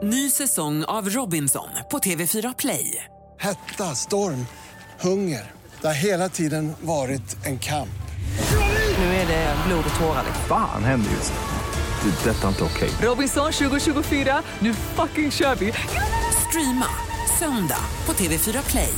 Ny säsong av Robinson på TV4 Play. Hetta, storm, hunger. Det har hela tiden varit en kamp. Nu är det blod och tårar. Fan händer just nu. Det. Detta är inte okej. Robinson 2024, nu fucking kör vi. Streama söndag på TV4 Play.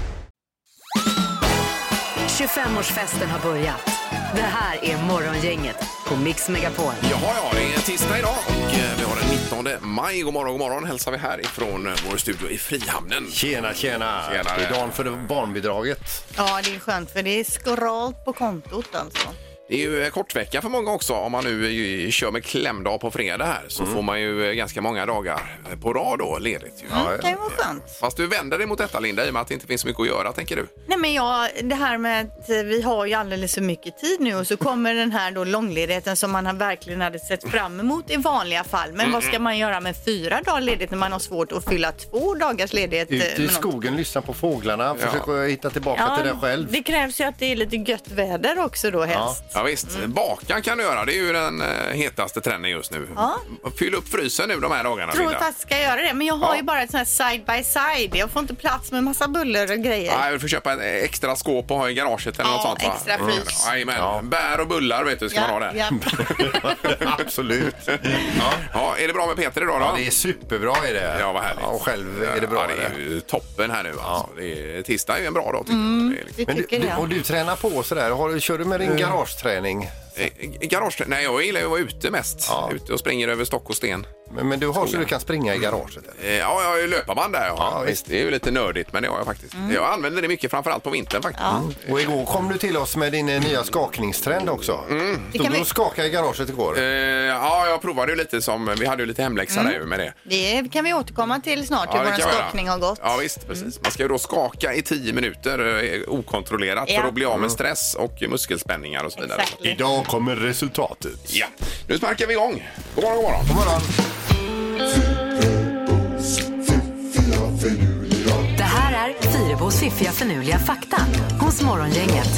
25-årsfesten har börjat. Det här är Morgongänget på Mix Megapol. Ja, det är tisdag idag och vi har den 19 maj. God morgon hälsar vi här ifrån vår studio i Frihamnen. Tjena. Det är dagen för barnbidraget. Ja, det är skönt för det är skralt på kontot alltså. Det är ju kortvecka för många också. Om man nu kör med klämdag på fredag här så får man ju ganska många dagar på rad då ledigt. Det kan ju vara skönt. Fast du vänder dig mot detta, Linda, i och med att det inte finns så mycket att göra, tänker du? Nej, men det här med att vi har ju alldeles för mycket tid nu och så kommer den här då långledigheten som man verkligen hade sett fram emot i vanliga fall. Men vad ska man göra med 4 dagar ledigt när man har svårt att fylla 2 dagars ledighet? Ut i skogen, lyssna på fåglarna, försöka hitta tillbaka till dig själv. Det krävs ju att det är lite gött väder också då helst. Ja, visst. Bakan kan du göra. Det är ju den hetaste trenden just nu. Ja. Fyll upp frysen nu de här dagarna. Jag tror att jag ska göra det. Men jag har ju bara ett sånt här side by side. Jag får inte plats med massa buller och grejer. Nej, du får köpa ett extra skåp och ha i garaget eller något sånt, va? Extra frys. Jajamän. Bär och bullar, vet du, ska man ha där. Ja. Absolut. Ja, är det bra med Peter idag då? Ja, det är superbra är det. Ja, vad härligt. Ja, och själv är det bra. Ja, det är ju toppen här nu alltså. Tisdag är ju en bra dag, tycker jag. Det Men tycker jag. och du tränar på sådär. Kör du med din garageträning? Nej, jag gillar ju att vara ute mest. Ja. Ute och springer över stock och sten. Men du har så du kan springa i garaget? Eller? Ja, jag har ju löparband där. Ja, visst. Det är ju lite nördigt, men det har jag faktiskt. Jag använder det mycket, framförallt på vintern faktiskt. Och igår kom du till oss med din nya skakningstrend också. Stod du och skakade i garaget igår? Ja, jag provade ju lite vi hade ju lite hemläxa där med det. Det kan vi återkomma till snart hur vår skakning har gått. Ja, visst, precis. Man ska ju då skaka i 10 minuter okontrollerat för att bli av med stress och muskelspänningar och så vidare. Exakt. Idag kommer resultatet. Ja, nu sparkar vi igång. God morgon. God morgon. Det här är Fyrebos fiffiga förnuliga fakta hos Morgongänget.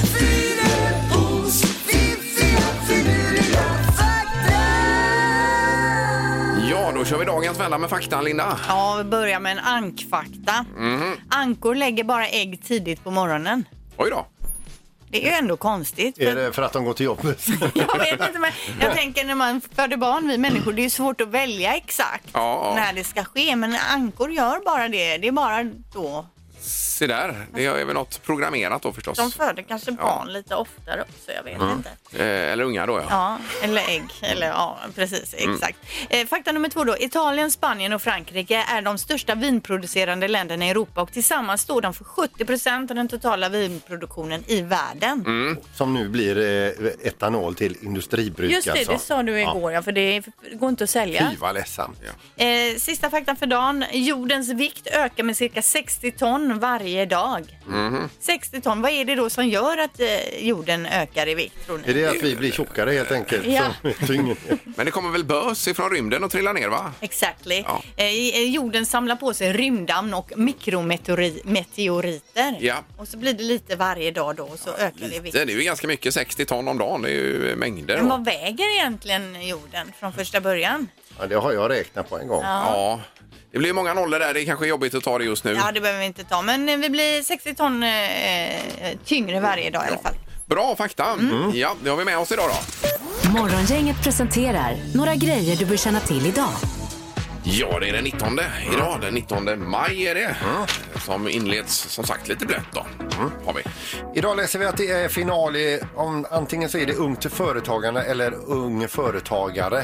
Ja, då kör vi dagens vända med faktan, Linda. Ja, vi börjar med en ankfakta. Ankor lägger bara ägg tidigt på morgonen. Oj då. Det är ju ändå konstigt. Är det för att de går till jobbet? Jag vet inte, men jag tänker när man föder barn, vi människor, det är ju svårt att välja exakt när det ska ske. Men ankor gör bara det. Det är bara då. Se där, det är väl något programmerat då förstås. De föder kanske barn lite oftare också, jag vet inte. Eller unga då, Ja, eller ägg. Eller, ja, precis, exakt. Fakta nummer 2 då. Italien, Spanien och Frankrike är de största vinproducerande länderna i Europa och tillsammans står de för 70% av den totala vinproduktionen i världen. Som nu blir etanol till industribruk. Just det, alltså. det sa du igår, ja, för det går inte att sälja. Fy vad ledsamt. Sista faktan för dagen. Jordens vikt ökar med cirka 60 ton varje dag. 60 ton, vad är det då som gör att jorden ökar i vikt, tror ni? Är det att vi blir tjockare helt enkelt? Ja. Men det kommer väl bös ifrån rymden och trillar ner, va? Exactly. Ja. Jorden samlar på sig rymddamm och mikrometeoriter. Ja. Och så blir det lite varje dag då och så ökar det i vikt. Det är ju ganska mycket, 60 ton om dagen. Det är ju mängder. Men vad väger egentligen jorden från första början? Ja, det har jag räknat på en gång. Ja. Det blir många nollor där. Det är kanske jobbigt att ta det just nu. Ja, det behöver vi inte ta. Men vi blir 60 ton tyngre varje dag i alla fall. Bra fakta. Ja, det har vi med oss idag då. Morgongänget presenterar några grejer du bör känna till idag. Ja, det är den 19. Idag, den 19 maj är det. Som inleds, som sagt, lite blött då. Har vi. Idag läser vi att det är final om antingen så är det ung till företagande eller ung företagare.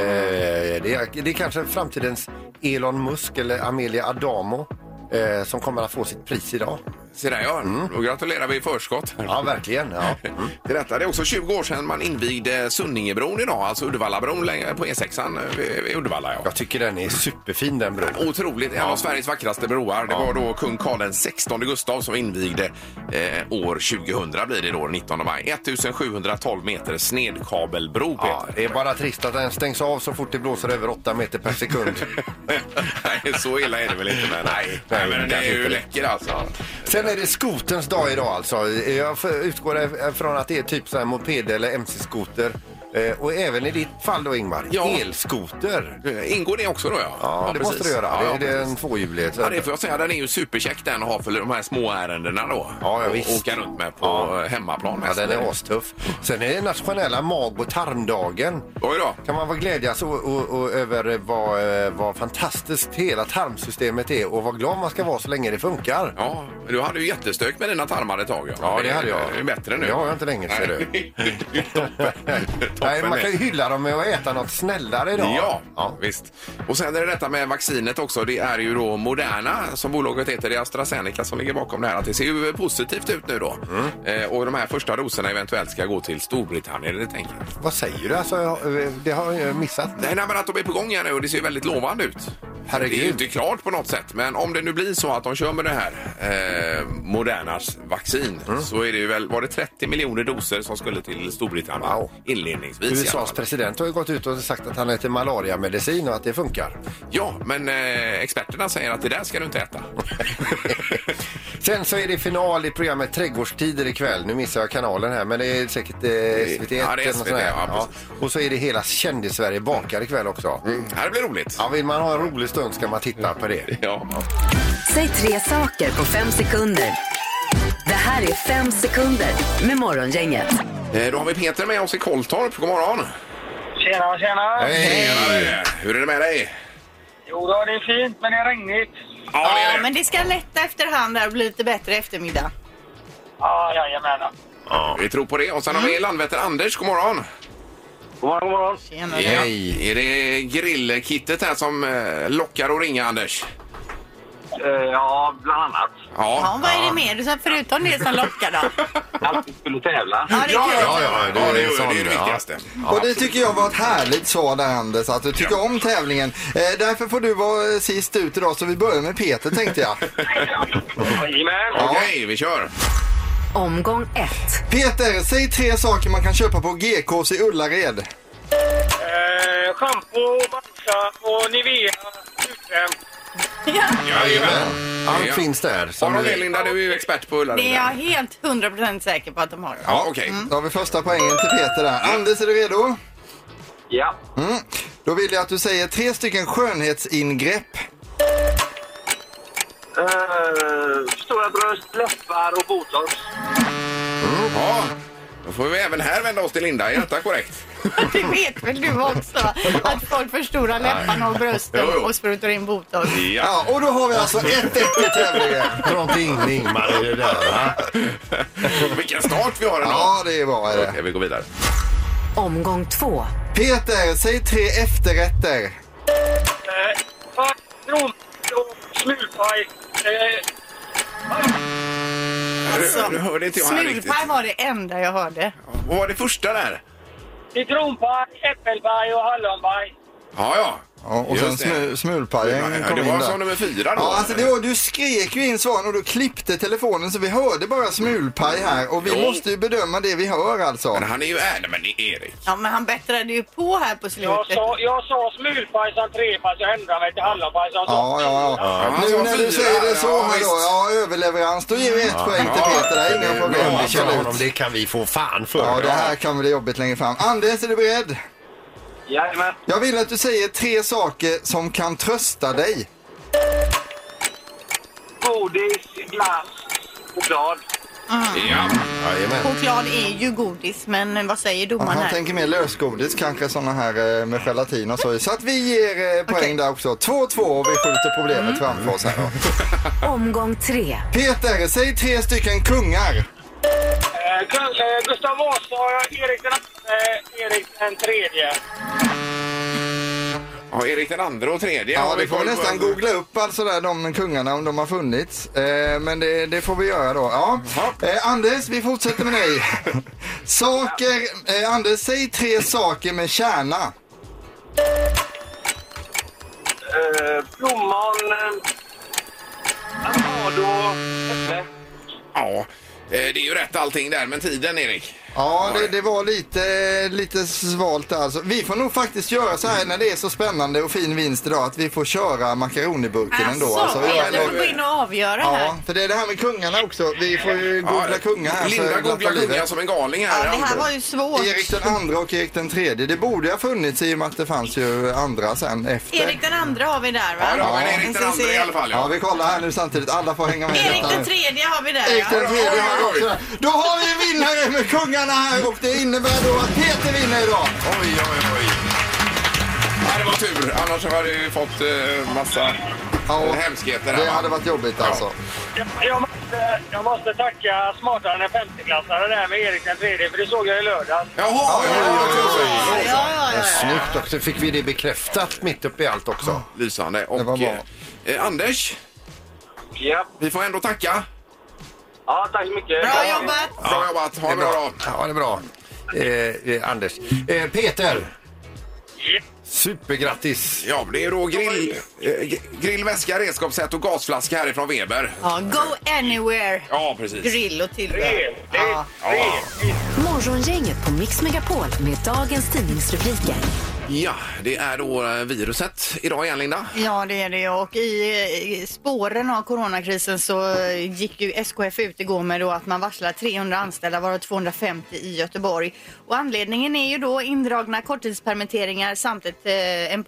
Det är kanske framtidens Elon Musk eller Amelia Adamo som kommer att få sitt pris idag. Se där, ja. Då gratulerar vi i förskott. Ja, verkligen. Ja. Till detta. Det är också 20 år sedan man invigde Sunningebron idag, alltså Uddevallabron på E6an vid Uddevalla. Ja. Jag tycker den är superfin, den bron. Otroligt, en av Sveriges vackraste broar. Det var då kung Karl den 16 Gustav som invigde år 2000 blir det då, 19 maj. 1712 meter snedkabelbro, Peter. Ja, det är bara trist att den stängs av så fort det blåser över 8 meter per sekund. Nej, så illa är det väl inte, men nej men den är ju läcker alltså. Sen är det skoterns dag idag alltså. Jag utgår från att det är typ så här moped eller MC-skoter. Och även i ditt fall då, Ingmar, Ja. elskoter. Ingår det också då? Ja, det måste du göra. Ja, det är en precis. tvåhjulighet. Ja, det får jag säga. Den är ju supercheck den att ha för de här små ärendena då. Ja, och visst. åka runt med på hemmaplan. Ja, den är astuff. Sen är det nationella mag- och tarmdagen. Oj då. Kan man vara glädjas och över vad fantastiskt hela tarmsystemet är och vad glad man ska vara så länge det funkar. Ja, du hade ju jättestök med dina tarmar ett tag. Ja, det hade jag. Det är bättre nu. Det har jag inte längre, ser du. Toppen. Nej, man kan ju hylla dem med att äta något snällare idag. Ja, visst. Och sen är det detta med vaccinet också. Det är ju då Moderna, som bolaget heter, det är AstraZeneca som ligger bakom det här. Att det ser ju positivt ut nu då. Och de här första doserna eventuellt ska gå till Storbritannien, det tänker jag. Vad säger du? Alltså, det har jag missat. Nej, men att de är på gång här nu och det ser väldigt lovande ut. Herregud. Det är ju inte klart på något sätt, men om det nu blir så att de kör med det här Modernas vaccin så är det ju väl, var det 30 miljoner doser som skulle till Storbritannien inledningsvis. USAs president har ju gått ut och sagt att han äter malariamedicin och att det funkar. Ja, men experterna säger att det där ska du inte äta. Sen så är det final i programmet Trädgårdstider ikväll. Nu missar jag kanalen här, men det är säkert SVT1. Ja, det är eller något sånt här. ja. Och så är det hela Kändis-Sverige bakar ikväll också. Det blir roligt. Ja, vill man ha en rolig stund ska man titta på det. Ja. Säg 3 saker på 5 sekunder. Det här är 5 sekunder med Morgongänget. Då har vi Peter med oss i Kolltorp. God morgon. Tjena, tjena. Hej. Hur är det med dig? Jo då, det är fint, men det är regnigt. Ja, det är Ja, det. men det ska lätta efterhand där och bli lite bättre eftermiddag. Ja, jajamän. Ja, vi tror på det. Och sen har vi Landvetter Anders. God morgon. God morgon, god morgon. Tjena. Hej. Är det grillkittet här som lockar och ringa, Anders? Ja, bland annat. Ja, vad är det mer du sa förutom det som lockar då? Alltid skulle tävla. Ja, det är kul. det är det viktigaste. Och det tycker jag var ett härligt svar där, Anders, att du tycker om tävlingen. Därför får du vara sist ut idag, så vi börjar med Peter, tänkte jag. Jajamän. Okej, vi kör. Omgång 1. Peter, säg 3 saker man kan köpa på GKs i Ullared. Shampoo, matcha och Nivea. Utkräm. Ja, Jajamän. Allt finns där. Har Som de det, Linda? Du är ju expert på Ullared. det är jag helt 100% säker på att de har. Ja, okej. Då har vi första poängen till Peter där. Anders, är du redo? Ja. Då vill jag att du säger 3 stycken skönhetsingrepp. Stora bröst, läppar och botox. Ja, då får vi även här vända oss till Linda. Är detta korrekt? Det vet väl du också, att folk förstorar läpparna och brösten Jo. och sprutar in botox. Ja, och då har vi alltså 1-1 i tävlingen. någonting Ingmar i det där, va? Vilken start vi har ändå. Ja, det är bra. Är det. Okej, vi går vidare. Omgång 2. Peter, säg 3 efterrätter. Kron och smulpaj. Du hörde inte jag här riktigt. Smulpaj var det enda jag hörde. Vad var det första där? Citronpaj, äppelpaj och hallonpaj. Ja. Ja, och sen Just det. smulpajen kom Det in var där. som nummer 4 då. Ja, alltså du skrek ju in svaren och du klippte telefonen så vi hörde bara smulpaj här och vi Jo. måste ju bedöma det vi hör alltså. Men han är ju ärlig, men det är Erik. Ja, men han bättrade ju på här på slutet. Jag sa smulpaj som 3, fast jag ändrade mig till hallonpaj som Ja. han Nu sa när du 4, säger det så ja, här då, visst. överleverans, då ger vi 1 poäng till Peter där, inga problem. Underkänna honom, Absolut. det kan vi få fan för. Ja, det här kan bli jobbigt längre fram. Anders, är du beredd? Jajamän. Jag vill att du säger 3 saker som kan trösta dig. Godis, glass, choklad. Ja. Choklad är ju godis, men vad säger domaren Han här? tänker mer lösgodis, kanske såna här med gelatin och så. Så att vi ger poäng Okej. där också. 2-2 och vi skjuter problemet framför oss här då. Omgång 3. Peter, säg 3 stycken kungar. Gustav Vasa, Erik den tredje. Ja, Erik den andra och tredje. Ja, vi får nästan googla upp alltså där de kungarna om de har funnits. Men det får vi göra då. Ja. Anders, vi fortsätter med dig. Anders, säg 3 saker med kärna. Plommon, avokado, äpple. Ja, det är ju rätt allting där, men tiden, Erik. Ja, det var lite svalt alltså. Vi får nog faktiskt göra så här när det är så spännande och fin vinst idag att vi får köra makaroniburken ändå. Alltså, jag får gå in och avgöra här. Ja, för det är det här med kungarna också. Vi får ju googla kungar här. Linda googlar kungar som en galning här. Ja, det här var ju svårt. Erik den andra och Erik den tredje. Det borde ha funnits i och med att det fanns ju andra sen efter. Erik den andra har vi där, va? Ja, men Erik den andra i alla fall. Ja, vi kollar här nu samtidigt. Alla får hänga med. Erik den tredje har vi där. Erik den tredje har vi också där. Då har vi vinnare med kungarna här och det innebär då att Peter vinner idag. Oj. Ja, det var tur. Annars hade vi fått massa hemskheter här. Det hade varit jobbigt alltså. Jag måste tacka smartare än 50-klassare där med Erik den tredje, för det såg jag i lördags. Jaha, Ja. Snyggt, och så fick vi det bekräftat mitt uppe i allt också. Lysande. Och Det var bra. Anders, Ja. vi får ändå tacka. Ja, tack så mycket. Bra jobbat. Bra jobbat. Ha det bra då. Ja, det är bra. Anders. Peter. Supergrattis. Ja, det är då grillväska, redskapssätt och gasflaska härifrån Weber. Ja, go anywhere. Ja, precis. Grill och tillbehör. Ja. Morgongänget på Mix Megapol med dagens tidningsrubriker. Ja, det är då viruset idag igen, Linda. Ja, det är det. Och i spåren av coronakrisen så gick ju SKF ut igår med då att man varslar 300 anställda, varav 250 i Göteborg. Och anledningen är ju då indragna korttidspermitteringar samt en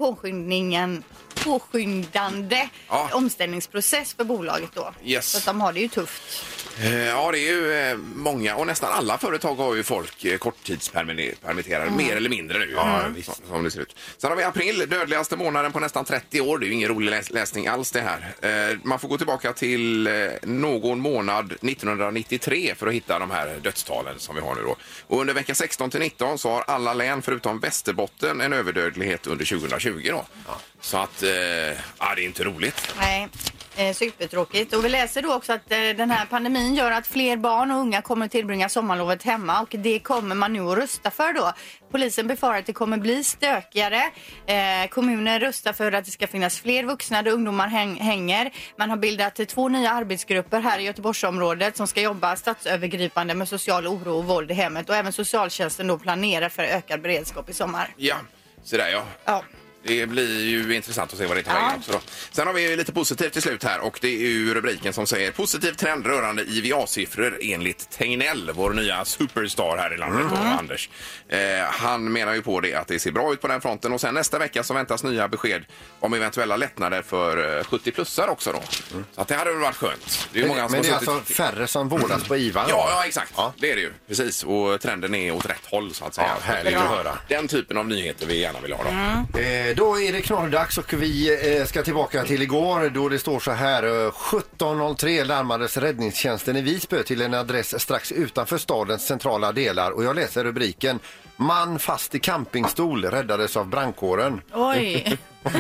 påskyndande omställningsprocess för bolaget då. Yes. Så att de har det ju tufft. Ja, det är ju många och nästan alla företag har ju folk korttidspermitterade, mer eller mindre nu. Ja, som det ser ut. Sen har vi april, dödligaste månaden på nästan 30 år. Det är ju ingen rolig läsning alls det här. Man får gå tillbaka till någon månad 1993 för att hitta de här dödstalen som vi har nu då. Och under vecka 16-19 så har alla län förutom Västerbotten en överdödlighet under 2020 då. Ja. Så att, det är inte roligt. Nej. Supertråkigt. Och vi läser då också att den här pandemin gör att fler barn och unga kommer tillbringa sommarlovet hemma, och det kommer man nu att rösta för då. Polisen befarar att det kommer bli stökigare. Kommunen röstar för att det ska finnas fler vuxna där ungdomar hänger. Man har bildat 2 nya arbetsgrupper här i Göteborgsområdet som ska jobba statsövergripande med social oro och våld i hemmet, och även socialtjänsten då planerar för ökad beredskap i sommar. Ja, så där ja. Det blir ju intressant att se vad det tar vägen också då. Sen har vi lite positivt till slut här, och det är ju rubriken som säger positiv trend rörande IVA-siffror enligt Tegnell, vår nya superstar här i landet då, Anders. Han menar ju på det att det ser bra ut på den fronten, och sen nästa vecka så väntas nya besked om eventuella lättnader för 70-plussar också då. Så att det hade väl varit skönt. Det är ju många som men det är suttit... alltså färre som vårdas på IVA? Ja, exakt. Ja. Det är det ju. Precis. Och trenden är åt rätt håll så att säga. Ja, härligt att höra. Den typen av nyheter vi gärna vill ha då. Då är det knorrdags, och vi ska tillbaka till igår då det står så här: 17.03 larmades räddningstjänsten i Visby till en adress strax utanför stadens centrala delar, och jag läser rubriken: man fast i campingstol räddades av brandkåren. Oj.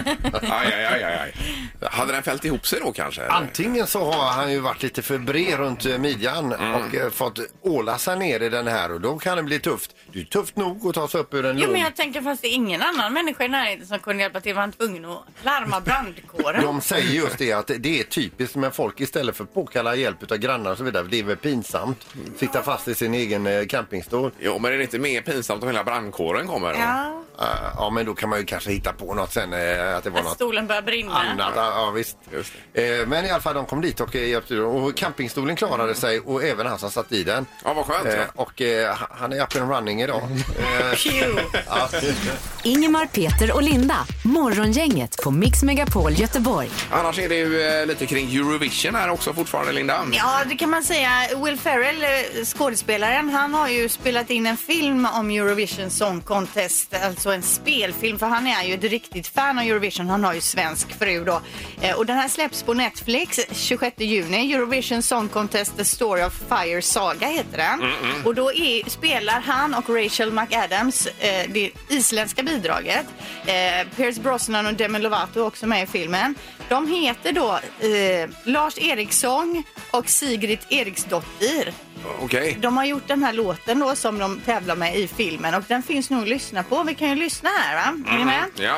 Aj. Hade den fällt ihop sig då kanske? Antingen så har han ju varit lite för bred runt midjan och fått åla sig ner i den här, och då kan det bli tufft. Det är tufft nog att ta sig upp ur en låg. Men jag tänker, fast det är ingen annan människa i närheten som kunde hjälpa till, var han tvungen att larma brandkåren. De säger just det, att det är typiskt med folk istället för att påkalla hjälp av grannar och så vidare. Det är väl pinsamt. Sitta fast i sin egen campingstol. Jo, men är det inte mer pinsamt om hela brandkåren kommer? Ja, men då kan man ju kanske hitta på något sen. Att det var något stolen börjar brinna. Annat, ja, visst. Just det. Men i alla fall, de kom dit och hjälpte. Och campingstolen klarade sig, och även han som satt i den. Ja, vad skönt. Och han är up and running idag. Ja. Ingemar, Peter och Linda. Morgongänget på Mix Megapol Göteborg. Annars är det ju lite kring Eurovision här också fortfarande, Linda. Ja, det kan man säga. Will Ferrell, skådespelaren, han har ju spelat in en film om Eurovision Song Contest. Alltså en spelfilm, för han är ju ett riktigt fan av Eurovision. Han har ju svensk fru då. Och den här släpps på Netflix 26 juni. Eurovision Song Contest The Story of Fire Saga heter den. Och då spelar han och Rachel McAdams det isländska bidraget. Pierce Brosnan och Demi Lovato är också med i filmen. De heter då Lars Eriksson och Sigrid Eriksdottir. Okay. De har gjort den här låten då som de tävlar med i filmen, och den finns nog att lyssna på. Vi kan ju lyssna här, va? Är ni med? Ja.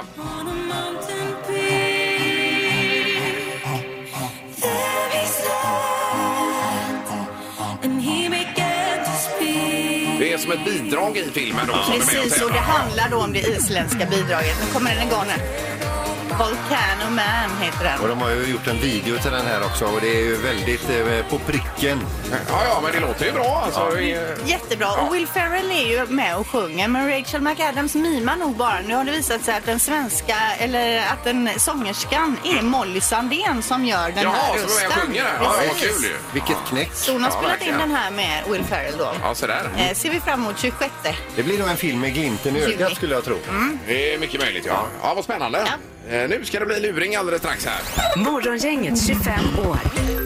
Det är som ett bidrag i filmen då. Som Precis, och det handlar då om det isländska bidraget. Nu kommer den igång här. Volcano Man heter den. Och de har ju gjort en video till den här också och det är ju väldigt på pricken. Ja, men det låter ju bra. Alltså, Jättebra. Och Will Ferrell är ju med och sjunger, men Rachel McAdams mimar nog bara. Nu har det visat sig att den sångerskan är Molly Sandén som gör den här rösten. Ja, som sjunger här. Ja, vad kul ju. Vilket knäck. Så hon har spelat in den här med Will Ferrell då. Ja, så där. Ser vi fram emot 26. Det blir nog en film med glimten i ögat skulle jag tro. Det är mycket möjligt, ja. Ja, vad spännande. Ja. Nu ska det bli luring alldeles strax här. Morgongänget 25 år.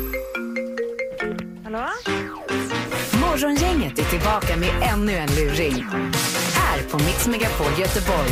Hallå? Morgongänget är tillbaka med ännu en luring. Här på Mix Megapol Göteborg.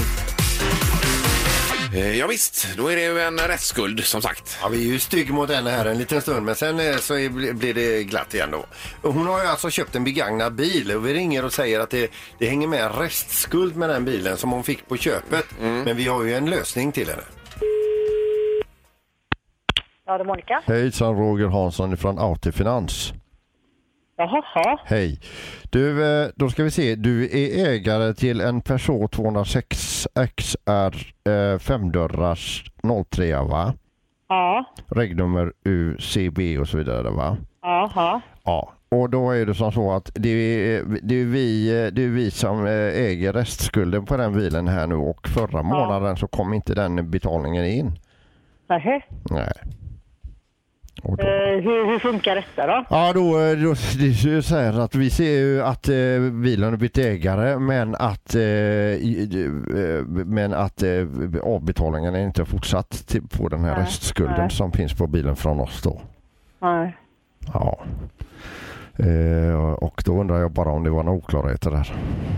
Ja visst, då är det ju en rättsskuld som sagt. Ja, vi är ju stygg mot henne här en liten stund, men sen så blir det glatt igen då. Hon har ju alltså köpt en begagnad bil och vi ringer och säger att det hänger med en restskuld med den bilen som hon fick på köpet. Men vi har ju en lösning till henne. Ja, det är Monica. Hejsan, Roger Hansson från Autofinans. Jaha. Hej. Du, då ska vi se. Du är ägare till en Peugeot 206 XR 5-dörrars 03, va? Ja. Regnummer UCB och så vidare, va? Jaha. Ja. Och då är det som så att det är vi som äger restskulden på den bilen här nu, och förra månaden så kom inte den betalningen in. Nej. Hur funkar detta då? Ja, då det säger att vi ser ju att bilen har bytt ägare, men att avbetalningen är inte fortsatt på den här restskulden som finns på bilen från oss då. Nej. Ja. Och då undrar jag bara om det var några oklarheter där.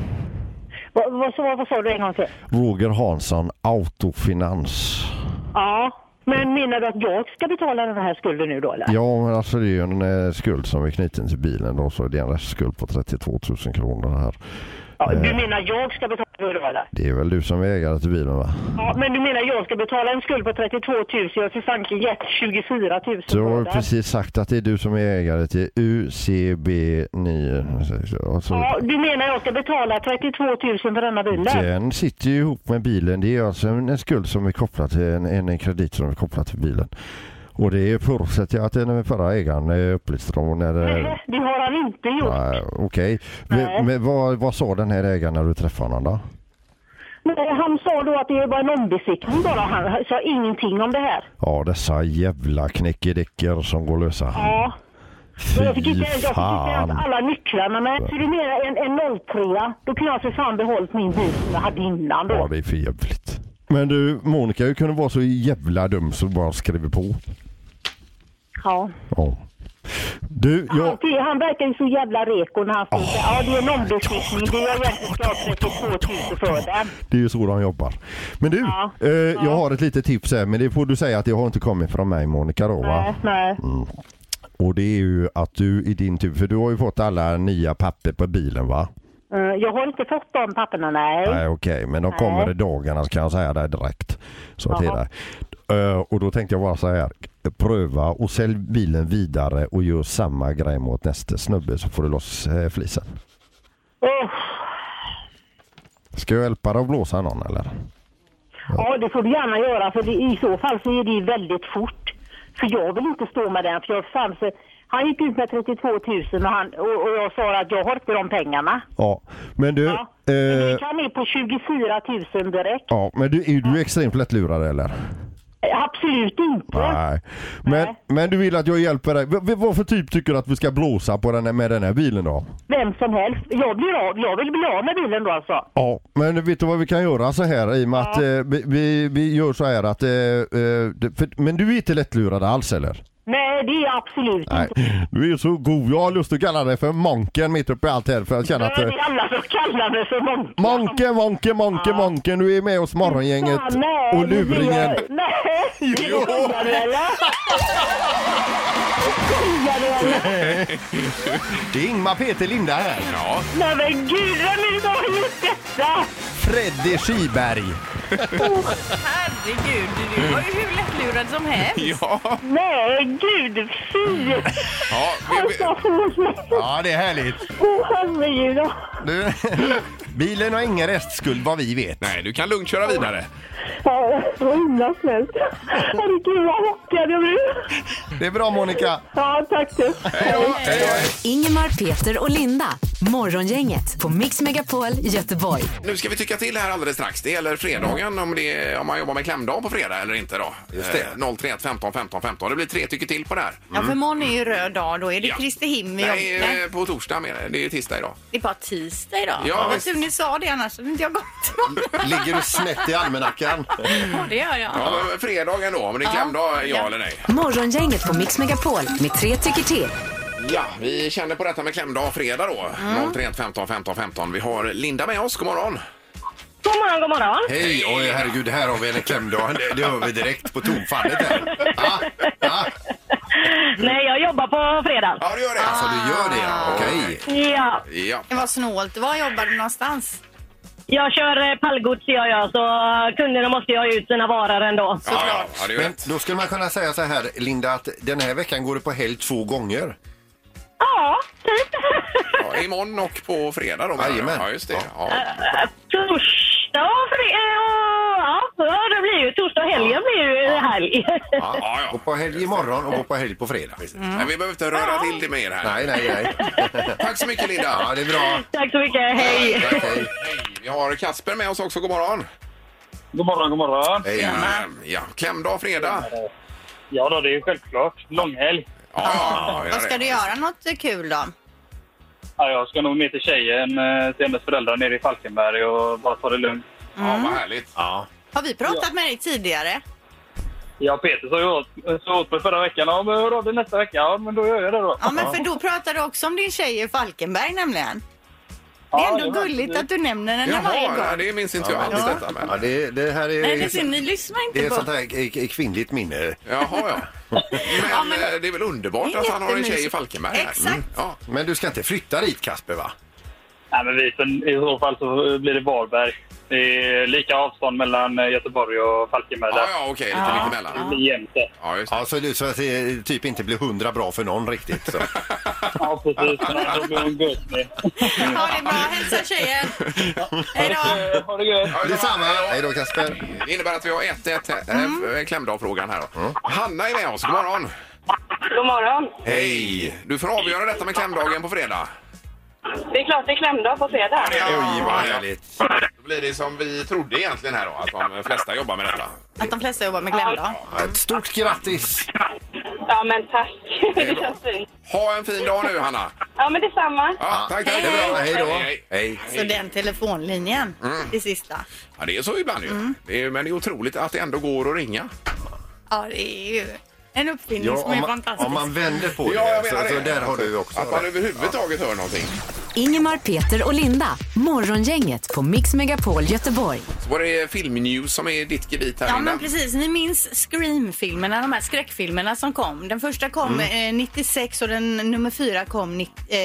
Vad sa du en gång till? Roger Hansson, Autofinans. Ja. Men menar du att jag ska betala den här skulden nu då, eller? Ja, men alltså det är ju en skuld som är knuten till bilen då, så är det en restskuld på 32 000 kronor här. Ja, du menar jag ska betala det då, eller? Det är väl du som är ägare till bilen, va? Ja, men du menar jag ska betala en skuld på 32 000 och jag har för fanken gett 24 000. Du har precis sagt att det är du som är ägare till UCB9. Ja, du menar jag ska betala 32 000 för denna bilen? Den sitter ju ihop med bilen. Det är alltså en skuld som är kopplad till en kredit som är kopplad till bilen. Och det är förutsätter att den förra ägaren upplyste om när Nej, det har han inte gjort. Nej, okej. Men vad sa den här ägaren när du träffade honom då? Nej, han sa då att det var en ombesiktning bara. Han sa ingenting om det här. Ja, dessa jävla knäckedäcker som går lösa. Ja. Jag fick inte ens alla nycklarna med. Så du menar en 03, då kunde jag för fan behållit min bil som jag hade innan då. Ja, det är för jävligt. Men du, Monica, hur kunde vara så jävla dum så bara skriver på? Ja. Du, han verkar ju så jävla reko när han säger ja, det är en ombesiktning. Det är egentligen ska 32 000 för den. Det är ju så de jobbar. Men du, jag har ett litet tips här, men det får du säga att det har inte kommit från mig, Monica, då, va? Nej. Och det är ju att du i din tur, för du har ju fått alla nya papper på bilen, va? Jag har inte fått de papperna, nej. Nej, okej. Men de kommer i dagarna, ska jag säga där direkt. Så till det. Och då tänkte jag bara så här, pröva och sälj bilen vidare och gör samma grej mot nästa snubbe, så får du loss flisen. Ska jag hjälpa dig att blåsa någon, eller? Ja, det får du gärna göra, för i så fall så är det väldigt fort. För jag vill inte stå med den, för han gick ut med 32 000 och jag sa att jag har inte de pengarna. Ja, men du... men vi kan ner på 24 000 direkt. Ja, men är du extremt lättlurad, eller? Absolut inte. Nej. Men du vill att jag hjälper dig. Vad för typ tycker du att vi ska blåsa på med den här bilen då? Vem som helst. Jag vill bli av med bilen då alltså. Ja, men vet du vad vi kan göra så här i och med att vi gör så här att men du är inte lättlurad alls, eller? Nej, det är absolut inte. Du är så god. Jag har lust att kalla dig för Monken mitt uppe i allt här, för att känna att... Det är alla som kallar mig för Monken. Du är med oss morgongänget och luringen. Nej, det är Ingmar Peter Linda här. Ja. Nej men gud, vem är det som har gjort detta? Freddy Skiberg. Herregud, du var ju hur lättlurad som helst. Ja. Nej, gud, fy. Ja, Ja, det är härligt. Herregud. Du, bilen har ingen restskuld vad vi vet. Nej, du kan lugnt köra vidare. Ja, vad himla snällt. Herregud, vad chockad jag blir. Det är bra, Monica. Ja, tack du. Ingemar, Peter och Linda. Morgongänget på Mix Megapol Göteborg. Nu ska vi tycka till här alldeles strax. Det gäller fredagen, om man jobbar med klämdag på fredag eller inte då. Just det. 031 15 15 15. Det blir 3 tycker till på det här. Ja, för imorgon är ju röd dag. Då är det Kristi him. Nej, på torsdag med det. Det är ju tisdag idag. Det är bara tisdag idag. Ja, Vad tur ni sa det, annars hade inte jag gått. Ligger du snett i almanackan? Ja, det gör jag. Ja, men fredagen då, om det är klämdag, ja eller nej? Morgongänget på Mix Megapol med 3 tycker till. Ja, vi känner på detta med klämdag fredag då. 031 15 15 15. Vi har Linda med oss, god morgon. God morgon, god morgon. Hej, oj herregud, här har vi en klämdag. Det hör vi direkt på tonfallet här. Nej, jag jobbar på fredag. Ja, du gör det. Alltså, du gör det, okej. Ja, Ja. Det var snålt. Var jobbar du någonstans? jag kör pallgods gör jag, så kunderna måste ju ha ut sina varor ändå. Ja, det är Men rätt. då skulle man kunna säga så här, Linda, att den här veckan går du på helg 2 gånger. Ja, typ. Ja, imorgon och på fredag då. Jajamän. Ja, just det. Ja. Torsdag och ja, det blir ju torsdag och helgen blir ju helg. Ja. Och på helg imorgon och på helg på fredag. Men vi behöver inte röra till det mer här. Nej. Tack så mycket, Linda. Ja, det är bra. Tack så mycket, hej. Tack, hej. Vi har Kasper med oss också, god morgon. God morgon, god morgon. Hej. Ja, klämdag fredag. Ja då, det är ju självklart. Långhelg. Ja, Vad ska du göra? Något kul då? Ja, jag ska nog ner till tjejen, till hennes föräldrar nere i Falkenberg och bara ta det lugnt. Ja, vad härligt. Ja. Har vi pratat med dig tidigare? Ja, Peter sa åt mig förra veckan. Ja, men hur har det nästa vecka? Ja, men då gör jag det då. Ja, men för då pratar du också om din tjej i Falkenberg nämligen. Det är ändå gulligt att du nämner henne varje gång. Ja, det minns inte jag alls detta. Men... Ja, det här är... Nej, det är synd, ni lyssnar inte Det är på. sånt här kvinnligt minne. Jaha, ja. Men, det är väl underbart att han har en tjej i jättemysigt. Falkenberg här. Exakt. Ja. Men du ska inte flytta dit, Kasper, va? Nej, men i så fall så blir det Varberg. Det är lika avstånd mellan Göteborg och Falkenberg där. Ja, okej, lite mitt emellan. Det blir jämnt det. Ja, just det. Ja, så att det typ inte blir 100 bra för någon riktigt. Så. Ja, precis. Men då blir hon gött med. Ha det bra, hälsa tjejen. Hej då. Ha det gött. Ja, Detsamma. Hej då, Kasper. Det innebär att vi har 1-1 klämdag-frågan här då. Hanna är med oss, god morgon. God morgon. Hej! Du får avgöra detta med klämdagen på fredag. Det är klart det är klämdag på fredag. Oj, vad härligt. Då blir det som vi trodde egentligen här då, att de flesta jobbar med detta. Att de flesta jobbar med klämdag. Ja, ett stort grattis. Ja, men tack. Det känns fint. Ha en fin dag nu, Hanna. Ja, men detsamma. Ja, tack. Det är bra. Hej då. Hej. Så den telefonlinjen, det sista. Ja, det är så ibland ju. Men det är otroligt att det ändå går att ringa. Ja, det är ju en uppfinning Ja, som är fantastisk. om man vänder på det, Ja, jag menar så det. där har du också Att man rätt. överhuvudtaget hör någonting. Ingemar, Peter och Linda. Morgongänget på Mix Megapol Göteborg. Så var det filmnews som är ditt gebit här, Ja, Linda. men precis. Ni minns Scream-filmerna, de här skräckfilmerna som kom. Den första kom 96 och den nummer 4 kom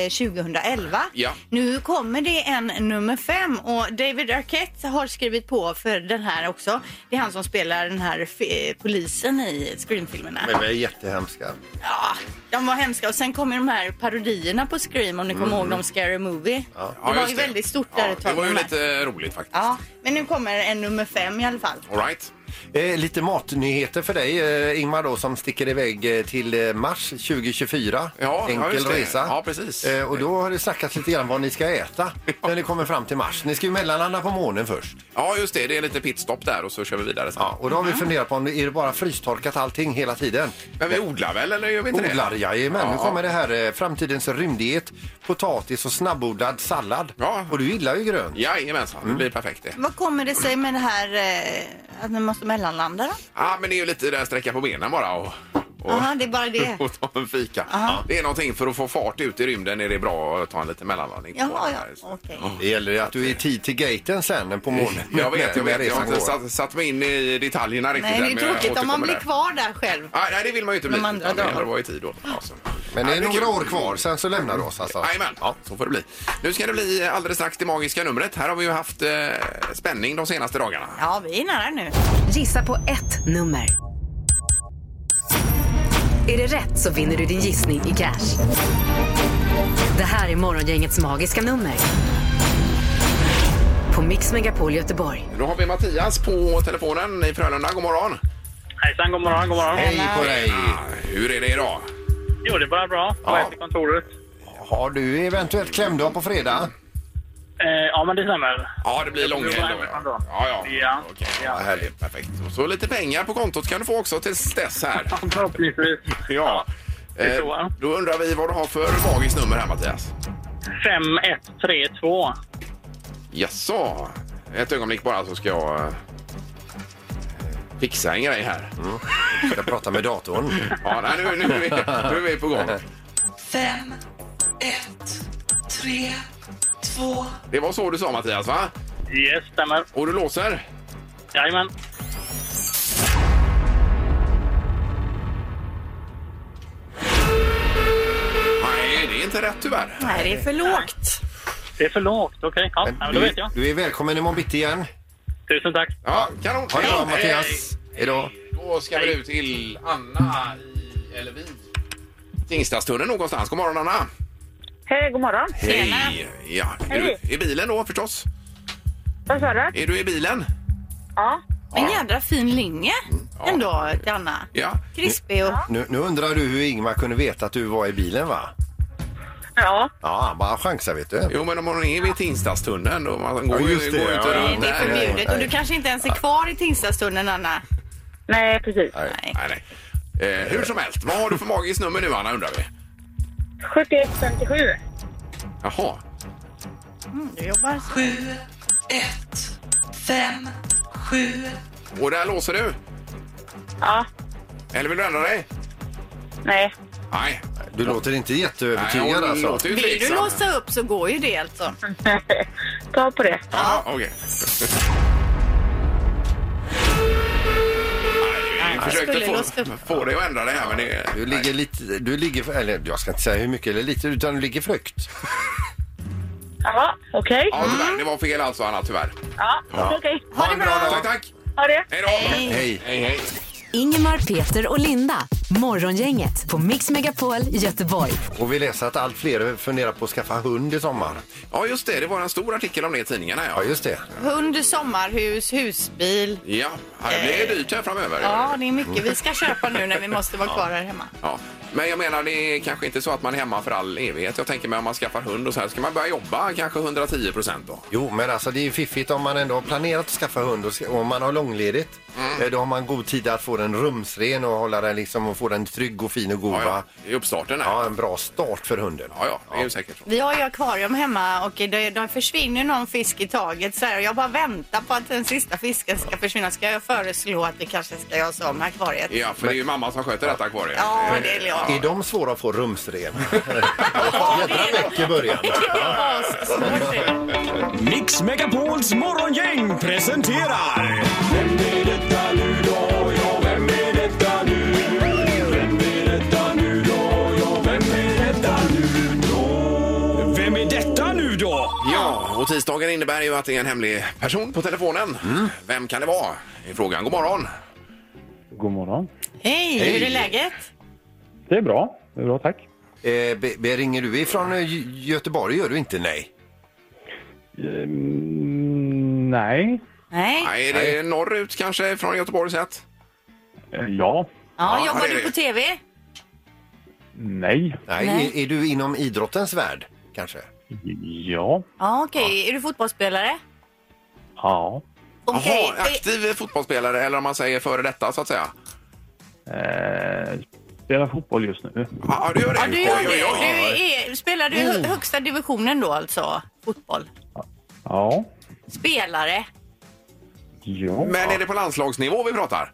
2011. Ja. Nu kommer det en nummer 5 och David Arquette har skrivit på för den här också. Det är han som spelar den här polisen i Scream-filmerna. Men det är jättehemska. Ja, de var hemska. Och sen kommer de här parodierna på Scream, om ni kommer ihåg dem, Scary Movie. Ja, det var just ju väldigt stort där ett Det tag. var ju de här. lite roligt faktiskt. Ja, men nu kommer en nummer 5 i alla fall. All right. Lite matnyheter för dig, Ingmar, då, som sticker iväg till mars 2024. Ja, Enkel just det. resa. Ja, precis. Och då har det snackats lite grann vad ni ska äta när ni kommer fram till mars. Ni ska ju mellanlanda på månen först. Ja, just det. Det är lite pitstop där och så kör vi vidare sen. Ja, och då har vi funderat på om det är bara frystorkat allting hela tiden. Men vi odlar väl, eller gör vi inte Odlar, det? jajamän. Nu Ja. kommer det här framtidens rymdighet, potatis och snabbodlad sallad. Ja. Och du gillar ju grönt. Jajamensan, det blir perfekt det. Vad kommer det sig med det här att man måste mellanlanda då? Ja, men det är ju lite där sträcka på benen bara och Jaha, det är bara det. och ta en fika. Det är någonting för att få fart ut i rymden, är det bra att ta en liten mellanlandning. Jaha, på den ja, här. okej. Det gäller att du är i tid till gaten sen på månen. Jag vet. Jag När har resan inte satt mig in i detaljerna riktigt. Nej, det är där, men jag tråkigt om man återkommer blir där. kvar där själv. Nej, det vill man ju inte bli. De andra utan det dagarna. gäller att vara i tid då. Alltså. Men det är Nej, några kul. år kvar, sen så lämnar du oss alltså. Jajamän, så får det bli. Nu ska det bli alldeles strax det magiska numret. Här har vi ju haft spänning de senaste dagarna. Ja, vi är nära nu. Gissa på ett nummer. Är det rätt så vinner du din gissning i cash. Det här är Morgongängets magiska nummer. På Mix Megapol Göteborg. Då har vi Mattias på telefonen i Frölunda. God morgon. Hejsan, god morgon, god morgon. Hej på dig. Hur är det idag? Jo, det är bara bra. Jag är till kontoret. Har du eventuellt klämdag på fredag? Ja, men det stämmer. Ja, det blir långhelg då. Ja. Okej. Ja. Härligt, perfekt. Och så lite pengar på kontot kan du få också tills dess här. Förhoppningsvis. Ja. Då undrar vi vad du har för magiskt nummer här, Mattias. 5132. Jaså. Ett ögonblick bara så ska jag fixa en grej här. Ska jag prata med datorn? Ja, nej, nu är vi på gång. 5, 1, 3, 2. Det var så du sa, Mattias, va? Yes, stämmer. Och du låser? Jajamän. Nej, det är inte rätt tyvärr. Nej, det är för lågt. Det är för lågt, okej. Ja, men då vet jag. Du är välkommen imorgon bitti igen. Tusen tack. Ja, kanon. Ha det bra, Mattias. Hej då. Då ska vi ut till Anna eller vid Tingstadstunneln någonstans. God morgon, Anna. Hej, god morgon. Hej. Ja, är du i bilen då förstås? Vad sa du? Är du i bilen? Ja. En jädra fin linje ändå till Anna. Ja. Krispig och... Nu undrar du hur Ingmar kunde veta att du var i bilen, va? Ja. Ja, bara chansa, vet du. Jo, men om man är vid Tingstadstunneln då man går just det, går ja. inte runt Det är där. förbjudet. Och du kanske inte ens är kvar i Tingstadstunneln, Anna. Nej, precis. Nej. Hur som helst, vad har du för magiskt nummer nu, Anna, undrar vi? 7157. Jaha. Du jobbar. 7, 1, 5, 7. Och där låser du? Ja. Eller vill du ändra dig? Nej. Nej. Du låter inte jätteövertygad, hon alltså. låter ju Vill du tveksam. låsa upp så går ju det alltså. Ta på det. Ja, okej. Jag försökte få dig att ändra det här, men det... Du ligger, eller jag ska inte säga hur mycket eller lite, utan du ligger högt. Ja, okej. Ja, tyvärr. Det var fel alltså, Anna, tyvär. Ja, okej. Ha det bra då. Tack. Ha det. Hej då. Hej. Ingemar, Peter och Linda. Morgongänget på Mix Megapol Göteborg. Och vi läser att allt fler funderar på att skaffa hund i sommar. Ja, just det. Det var en stor artikel om det i tidningarna. Ja, just det. Hund, sommarhus, husbil. Ja, det blir dyrt här framöver. Ja, det är mycket vi ska köpa nu när vi måste vara kvar här hemma. Ja. Men jag menar, det är kanske inte så att man är hemma för all evighet. Jag tänker mig om man skaffar hund och så här, ska man börja jobba kanske 110% då? Jo, men alltså det är ju fiffigt om man ändå har planerat att skaffa hund och om man har långledigt. Då har man god tid att få den rumsren och hålla den liksom och få den trygg och fin och god. Ja, i uppstarten. Ja, en bra start för hunden. Ja, det är ju säkert. Vi har ju akvarium hemma och de försvinner någon fisk i taget så här, och jag bara väntar på att den sista fisken ska försvinna. Ska jag föreslå att vi kanske ska göra så med akvariet? Ja, för det är ju mamma som sköter detta akvariet. Ja, det är jag. Är de svåra att få rumsren? Jädra väck i början. Mix Megapols morgongäng presenterar... Vem är detta nu då? Ja, vem är detta nu? Vem är detta nu då? Ja, vem är detta nu då? Vem är detta nu då? Ja, och tisdagen innebär ju att det är en hemlig person på telefonen. Vem kan det vara? I frågan. God morgon. God morgon. Hej, hur är läget? Det är bra. Det är bra, tack. Ringer du ifrån Göteborg? Gör du inte? Nej. Nej. Nej, är det norrut kanske från Göteborg sett? Ja. Ja, jobbar det är du det. på TV? Nej. Nej. Är du inom idrottens värld kanske? Ja. Ja, okej. Är du fotbollsspelare? Ja. Okej. Jaha, aktiv fotbollsspelare eller om man säger före detta så att säga. Spelar fotboll just nu. Ja, du gör det. Ja, du gör det. Spelar du i högsta divisionen då alltså? Fotboll? Ja. Spelare? Ja. Men är det på landslagsnivå vi pratar?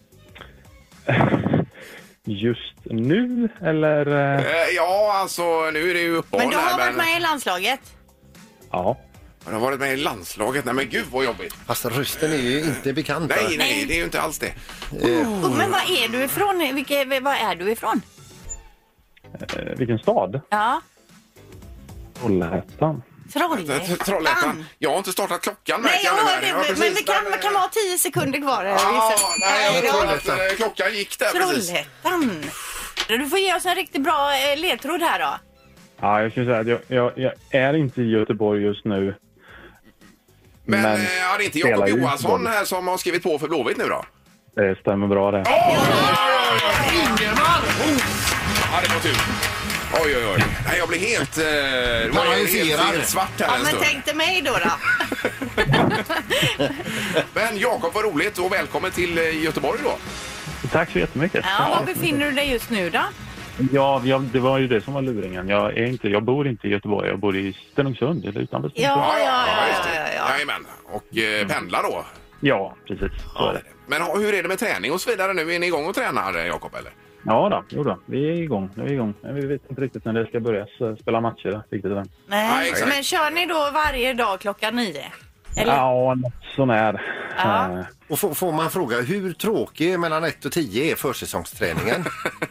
Just nu, eller? Ja, alltså nu är det ju uppehåll. Men du har varit med i landslaget? Ja. Du har varit med i landslaget? Nej men gud vad jobbigt. Fast rösten är ju inte bekant. Nej, det är ju inte alls det. Men vad är du ifrån? Vad är du ifrån? Vilken stad? Ja. Trollhättan. Trollhättan. Jag har inte startat klockan. Nej, jag hör det. Men det kan vara 10 sekunder kvar. Klockan gick där precis. Trollhättan. Du får ge oss en riktigt bra ledtråd här då. Ja, jag skulle säga att jag är inte i Göteborg just nu. Men det är inte Jakob Johansson här som har skrivit på för Blåvitt nu då? Det stämmer bra det. Ingerman! Ja, det var tur. Oj. Nej, jag blir helt... helt svart här ja, en men stund. tänk dig mig då. Men Jakob, vad roligt och välkommen till Göteborg då. Tack så jättemycket. Ja, var befinner du dig just nu då? Ja, det var ju det som var luringen. Jag bor inte i Göteborg, jag bor i Stenungsund eller utanför Stenungsund. Ja. Jajamän. Och pendlar då? Ja, precis. Så är det. Men hur är det med träning och så vidare nu? Är ni igång och tränar, Jakob, eller? Ja då, vi är igång. Men vi vet inte riktigt när det ska börja spela matcher. Nej, men kör ni då varje dag klockan 9? Eller? Ja, något sån här. Ja. Och får man fråga, hur tråkig mellan 1 och 10 är försäsongsträningen?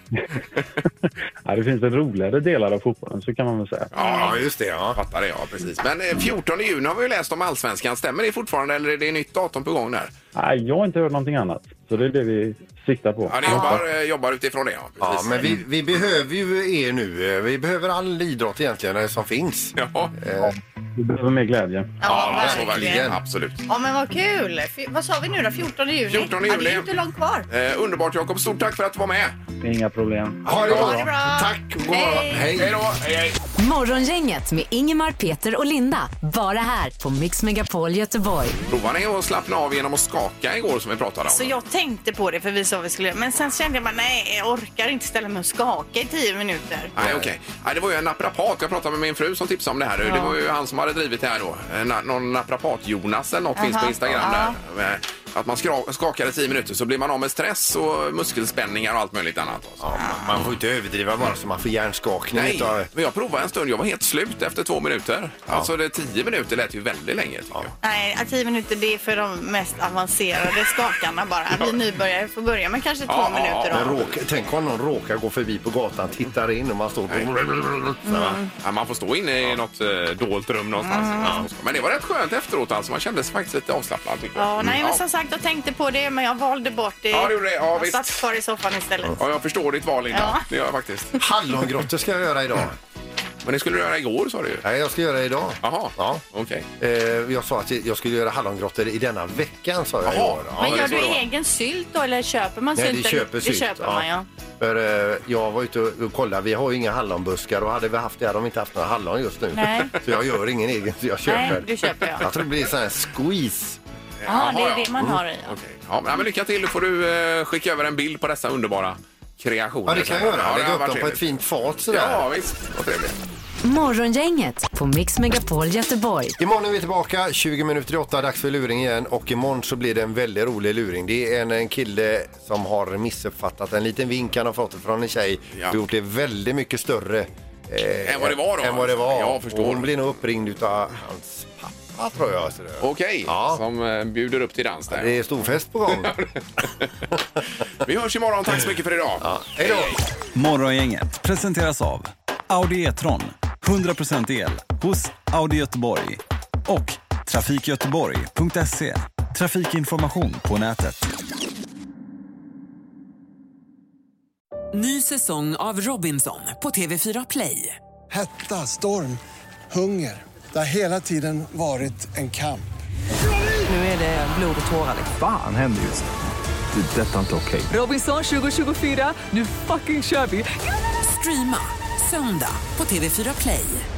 Ja, det finns en roligare delar av fotbollen, så kan man väl säga. Ja, just det. Ja. Fattar det, ja, precis. Men 14 juni har vi ju läst om Allsvenskan. Stämmer det fortfarande eller är det nytt datum på gång där? Nej, jag har inte hört någonting annat. Så det är det vi siktar på. Ja, ni jobbar utifrån det, ja. Precis. Ja, men vi behöver ju er nu. Vi behöver all idrott egentligen som finns. Ja. Vi behöver mer glädje. Ja, verkligen. Absolut. Ja, men vad kul. Vad sa vi nu då? 14 juni? 14 juni. Ja, det är inte långt kvar. Underbart, Jakob. Stort tack för att du var med. Inga problem. Ha det bra. Tack. Hej då. Hej. Morgongänget med Ingemar, Peter och Linda. Bara här på Mix Megapol Göteborg. Provade ni att slappna av genom att skaka igår som vi pratade om? Så jag tänkte på det för vi sa vi skulle. Men sen kände jag bara nej, jag orkar inte ställa mig och skaka i 10 minuter. Nej, okej. Nej, det var ju en naprapat. Jag pratade med min fru som tipsade om det här. Ja. Det var ju han som hade drivit det här då. Någon naprapat Jonas eller något finns på Instagram där. Att man skakar i 10 minuter så blir man av med stress och muskelspänningar och allt möjligt annat. Ja, man får inte överdriva bara så man får hjärnskakning. Nej, men jag provade en stund. Jag var helt slut efter 2 minuter. Ja. Alltså 10 minuter lät ju väldigt länge tycker jag. Nej, 10 minuter det är för de mest avancerade skakarna bara. Vi nybörjare får börja med kanske 2 minuter då. Tänk om någon råkar gå förbi på gatan, tittar in och man står Ja, man får stå inne i något dolt rum någonstans. Men det var rätt skönt efteråt alltså. Man kände sig faktiskt lite avslappnad tycker jag. Ja, nej, men som sagt jag tänkte på det men jag valde bort det. Ja, det gjorde det. Ja, jag visst. satt kvar i soffan istället. Ja, jag förstår ditt val Linda. Ja. Det gör jag faktiskt. Hallongrottor ska jag göra idag. Men det skulle du göra igår sa du ju. Nej, jag ska göra det idag. Jaha, ja. Okej. Jag sa att jag skulle göra hallongrottor i denna veckan sa jag igår. Ja, men gör du egen sylt då eller köper man sylt? Nej, det köper man, ja. För jag var ute och kollade, vi har ju inga hallonbuskar och hade vi haft det hade de inte haft några hallon just nu. Nej. Så jag gör ingen egen, så jag köper. Nej, du köper jag tror det blir sån här squeeze. Ja, det är det man har i. Ja. Okej. Ja, men lycka till. Då får du skicka över en bild på dessa underbara kreationer. Ja, det kan jag göra. Lägga upp dem på ett fint fat sådär. Ja, visst. Vad trevligt. Morgongänget på Mix Megapol Göteborg. Imorgon är vi tillbaka, 20 minuter i 8, dags för luring igen. Och imorgon så blir det en väldigt rolig luring. Det är en kille som har missuppfattat en liten vink han har fått från en tjej. Ja. Gjort det väldigt mycket större än vad det var då. Än vad det var. Jag förstår. Hon blir nog uppringd av hans pappa tror jag. Okej, som bjuder upp till dans där. Det är stor fest på gång. Vi hörs imorgon, tack så mycket för idag. Ja. Hej då. Morgongänget presenteras av Audi E-tron, 100% el hos Audi Göteborg och trafikgöteborg.se. Trafikinformation på nätet. Ny säsong av Robinson på TV4 Play. Hetta, storm, hunger. Det har hela tiden varit en kamp. Nu är det blod och tårar. Fan händer just det. Det är detta inte okej. Robinson 2024, nu fucking kör vi. Streama söndag på TV4 Play.